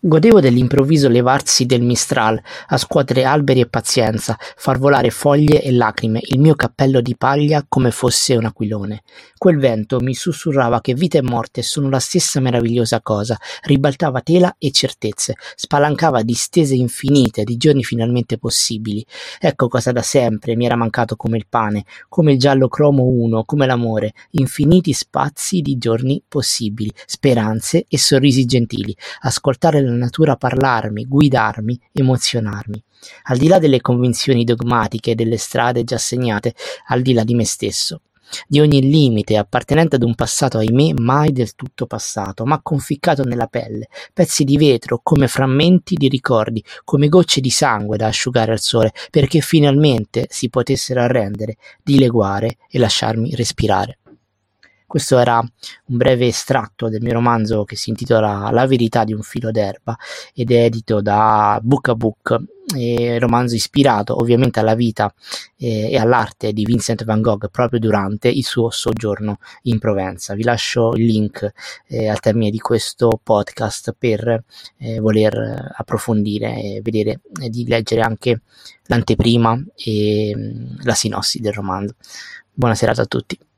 Godevo dell'improvviso levarsi del mistral, a scuotere alberi e pazienza, far volare foglie e lacrime, il mio cappello di paglia come fosse un aquilone. Quel vento mi sussurrava che vita e morte sono la stessa meravigliosa cosa, ribaltava tela e certezze, spalancava distese infinite di giorni finalmente possibili. Ecco cosa da sempre mi era mancato come il pane, come il giallo cromo uno, come l'amore, infiniti spazi di giorni possibili, speranze e sorrisi gentili, ascoltare la natura parlarmi, guidarmi, emozionarmi. Al di là delle convinzioni dogmatiche, delle strade già segnate, al di là di me stesso, di ogni limite appartenente ad un passato, ahimè, mai del tutto passato, ma conficcato nella pelle, pezzi di vetro come frammenti di ricordi, come gocce di sangue da asciugare al sole, perché finalmente si potessero arrendere, dileguare e lasciarmi respirare. Questo era un breve estratto del mio romanzo che si intitola La verità di un filo d'erba ed è edito da Book a Book, romanzo ispirato ovviamente alla vita e all'arte di Vincent van Gogh proprio durante il suo soggiorno in Provenza. Vi lascio il link al termine di questo podcast per voler approfondire e vedere e di leggere anche l'anteprima e la sinossi del romanzo. Buona serata a tutti.